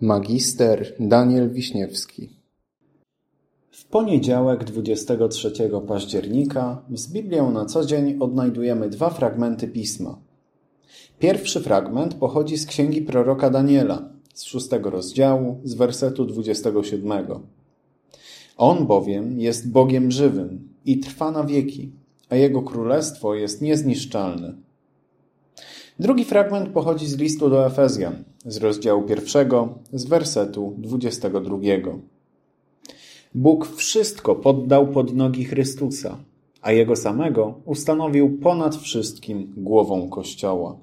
Magister Daniel Wiśniewski. W poniedziałek 23 października z Biblią na co dzień odnajdujemy dwa fragmenty Pisma. Pierwszy fragment pochodzi z księgi proroka Daniela, z 6 rozdziału, z wersetu 27. On bowiem jest Bogiem żywym i trwa na wieki, a Jego królestwo jest niezniszczalne. Drugi fragment pochodzi z listu do Efezjan, z rozdziału 1, z wersetu 22. Bóg wszystko poddał pod nogi Chrystusa, a Jego samego ustanowił ponad wszystkim głową Kościoła.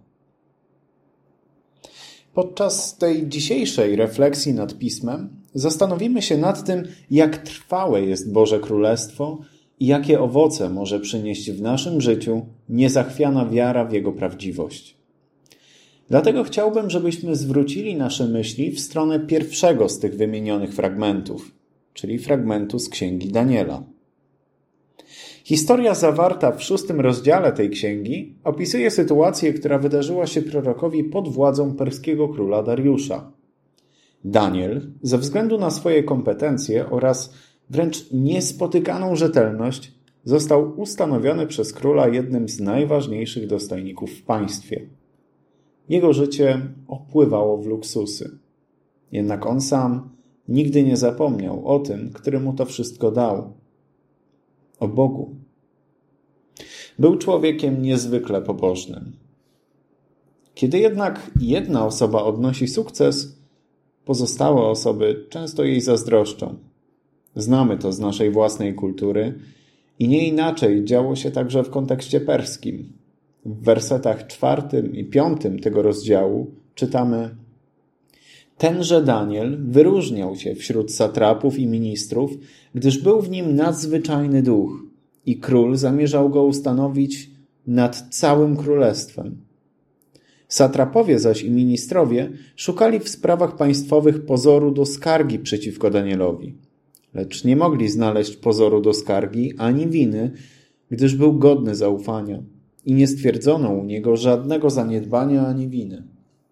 Podczas tej dzisiejszej refleksji nad Pismem zastanowimy się nad tym, jak trwałe jest Boże Królestwo i jakie owoce może przynieść w naszym życiu niezachwiana wiara w Jego prawdziwość. Dlatego chciałbym, żebyśmy zwrócili nasze myśli w stronę pierwszego z tych wymienionych fragmentów, czyli fragmentu z Księgi Daniela. Historia zawarta w 6 rozdziale tej księgi opisuje sytuację, która wydarzyła się prorokowi pod władzą perskiego króla Dariusza. Daniel, ze względu na swoje kompetencje oraz wręcz niespotykaną rzetelność, został ustanowiony przez króla jednym z najważniejszych dostojników w państwie. Jego życie opływało w luksusy. Jednak on sam nigdy nie zapomniał o tym, który mu to wszystko dał. O Bogu. Był człowiekiem niezwykle pobożnym. Kiedy jednak jedna osoba odnosi sukces, pozostałe osoby często jej zazdroszczą. Znamy to z naszej własnej kultury i nie inaczej działo się także w kontekście perskim. W wersetach 4 i 5 tego rozdziału czytamy: Tenże Daniel wyróżniał się wśród satrapów i ministrów, gdyż był w nim nadzwyczajny duch i król zamierzał go ustanowić nad całym królestwem. Satrapowie zaś i ministrowie szukali w sprawach państwowych pozoru do skargi przeciwko Danielowi, lecz nie mogli znaleźć pozoru do skargi ani winy, gdyż był godny zaufania i nie stwierdzono u niego żadnego zaniedbania ani winy.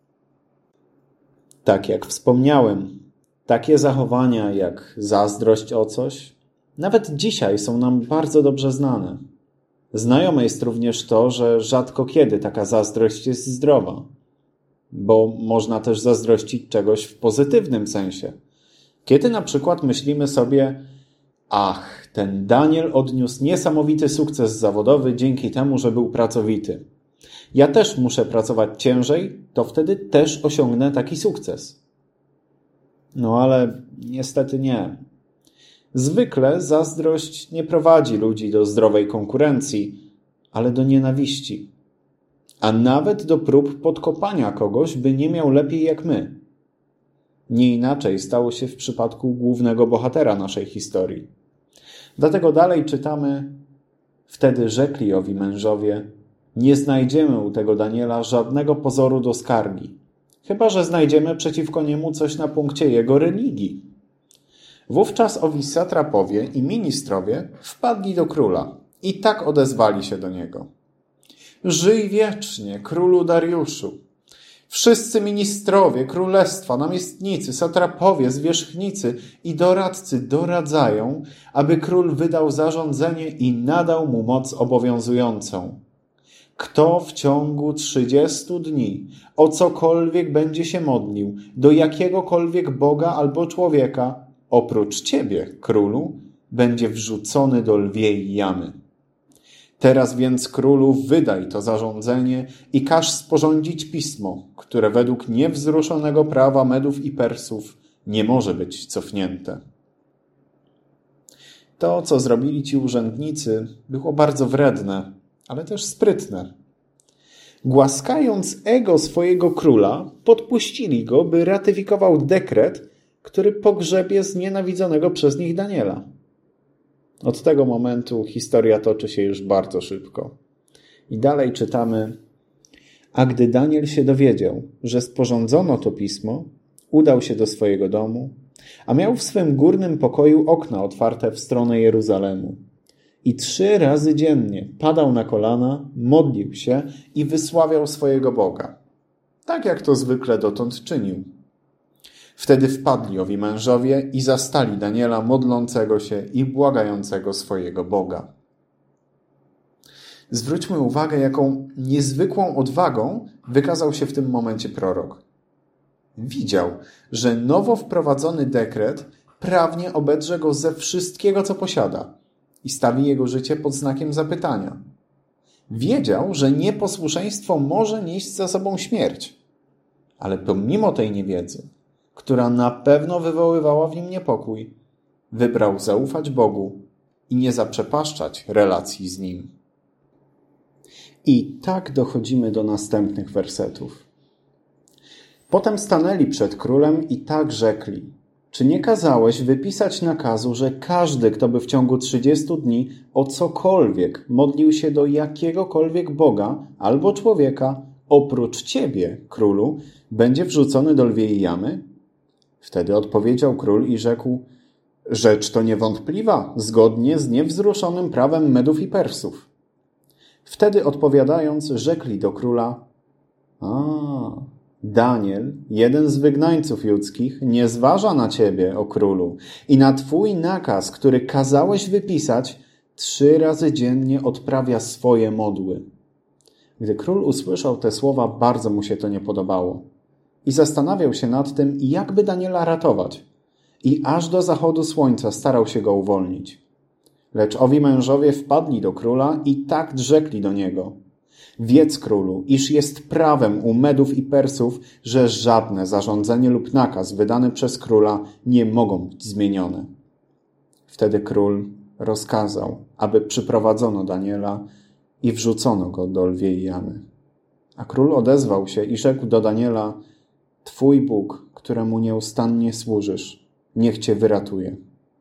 Tak jak wspomniałem, takie zachowania jak zazdrość o coś, nawet dzisiaj są nam bardzo dobrze znane. Znajome jest również to, że rzadko kiedy taka zazdrość jest zdrowa, bo można też zazdrościć czegoś w pozytywnym sensie. Kiedy na przykład myślimy sobie: ach, ten Daniel odniósł niesamowity sukces zawodowy dzięki temu, że był pracowity. Ja też muszę pracować ciężej, to wtedy też osiągnę taki sukces. No ale niestety nie. Zwykle zazdrość nie prowadzi ludzi do zdrowej konkurencji, ale do nienawiści. A nawet do prób podkopania kogoś, by nie miał lepiej jak my. Nie inaczej stało się w przypadku głównego bohatera naszej historii. Dlatego dalej czytamy: Wtedy rzekli owi mężowie: nie znajdziemy u tego Daniela żadnego pozoru do skargi, chyba że znajdziemy przeciwko niemu coś na punkcie jego religii. Wówczas owi satrapowie i ministrowie wpadli do króla i tak odezwali się do niego: Żyj wiecznie, królu Dariuszu! Wszyscy ministrowie królestwa, namiestnicy, satrapowie, zwierzchnicy i doradcy doradzają, aby król wydał zarządzenie i nadał mu moc obowiązującą. Kto w ciągu 30 dni o cokolwiek będzie się modlił, do jakiegokolwiek Boga albo człowieka, oprócz ciebie, królu, będzie wrzucony do lwiej jamy. Teraz więc, królu, wydaj to zarządzenie i każ sporządzić pismo, które według niewzruszonego prawa Medów i Persów nie może być cofnięte. To, co zrobili ci urzędnicy, było bardzo wredne, ale też sprytne. Głaskając ego swojego króla, podpuścili go, by ratyfikował dekret, który pogrzebie znienawidzonego przez nich Daniela. Od tego momentu historia toczy się już bardzo szybko. I dalej czytamy: A gdy Daniel się dowiedział, że sporządzono to pismo, udał się do swojego domu, a miał w swym górnym pokoju okna otwarte w stronę Jeruzalemu. I 3 razy dziennie padał na kolana, modlił się i wysławiał swojego Boga, tak jak to zwykle dotąd czynił. Wtedy wpadli owi mężowie i zastali Daniela modlącego się i błagającego swojego Boga. Zwróćmy uwagę, jaką niezwykłą odwagą wykazał się w tym momencie prorok. Widział, że nowo wprowadzony dekret prawnie obedrze go ze wszystkiego, co posiada i stawi jego życie pod znakiem zapytania. Wiedział, że nieposłuszeństwo może nieść za sobą śmierć, ale pomimo tej niewiedzy, która na pewno wywoływała w nim niepokój, wybrał zaufać Bogu i nie zaprzepaszczać relacji z Nim. I tak dochodzimy do następnych wersetów. Potem stanęli przed królem i tak rzekli: czy nie kazałeś wypisać nakazu, że każdy, kto by w ciągu 30 dni o cokolwiek modlił się do jakiegokolwiek Boga albo człowieka, oprócz Ciebie, królu, będzie wrzucony do lwiej jamy? Wtedy odpowiedział król i rzekł: rzecz to niewątpliwa, zgodnie z niewzruszonym prawem Medów i Persów. Wtedy odpowiadając, rzekli do króla: Daniel, jeden z wygnańców judzkich, nie zważa na Ciebie, o królu, i na Twój nakaz, który kazałeś wypisać, 3 razy dziennie odprawia swoje modły. Gdy król usłyszał te słowa, bardzo mu się to nie podobało i zastanawiał się nad tym, jakby Daniela ratować. I aż do zachodu słońca starał się go uwolnić. Lecz owi mężowie wpadli do króla i tak rzekli do niego: wiedz, królu, iż jest prawem u Medów i Persów, że żadne zarządzenie lub nakaz wydany przez króla nie mogą być zmienione. Wtedy król rozkazał, aby przyprowadzono Daniela i wrzucono go do lwiej jamy. A król odezwał się i rzekł do Daniela: Twój Bóg, któremu nieustannie służysz, niech Cię wyratuje.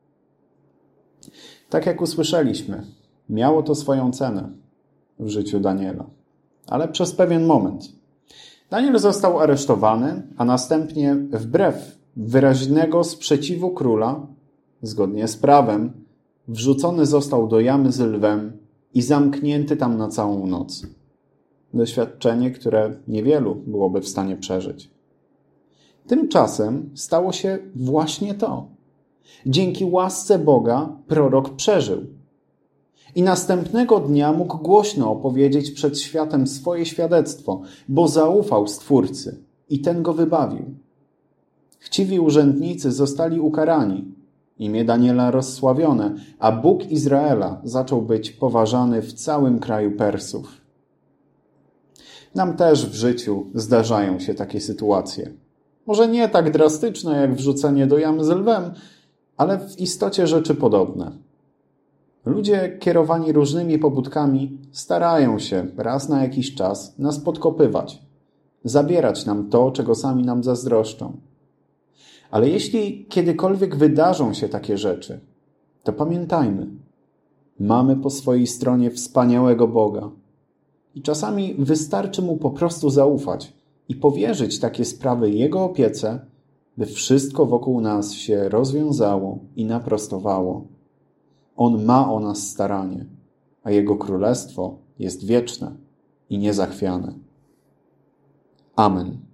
Tak jak usłyszeliśmy, miało to swoją cenę w życiu Daniela, ale przez pewien moment. Daniel został aresztowany, a następnie wbrew wyraźnego sprzeciwu króla, zgodnie z prawem, wrzucony został do jamy z lwem i zamknięty tam na całą noc. Doświadczenie, które niewielu byłoby w stanie przeżyć. Tymczasem stało się właśnie to. Dzięki łasce Boga prorok przeżył. I następnego dnia mógł głośno opowiedzieć przed światem swoje świadectwo, bo zaufał Stwórcy i ten go wybawił. Chciwi urzędnicy zostali ukarani, imię Daniela rozsławione, a Bóg Izraela zaczął być poważany w całym kraju Persów. Nam też w życiu zdarzają się takie sytuacje. Może nie tak drastyczne jak wrzucenie do jamy z lwem, ale w istocie rzeczy podobne. Ludzie kierowani różnymi pobudkami starają się raz na jakiś czas nas podkopywać, zabierać nam to, czego sami nam zazdroszczą. Ale jeśli kiedykolwiek wydarzą się takie rzeczy, to pamiętajmy, mamy po swojej stronie wspaniałego Boga i czasami wystarczy Mu po prostu zaufać i powierzyć takie sprawy Jego opiece, by wszystko wokół nas się rozwiązało i naprostowało. On ma o nas staranie, a Jego królestwo jest wieczne i niezachwiane. Amen.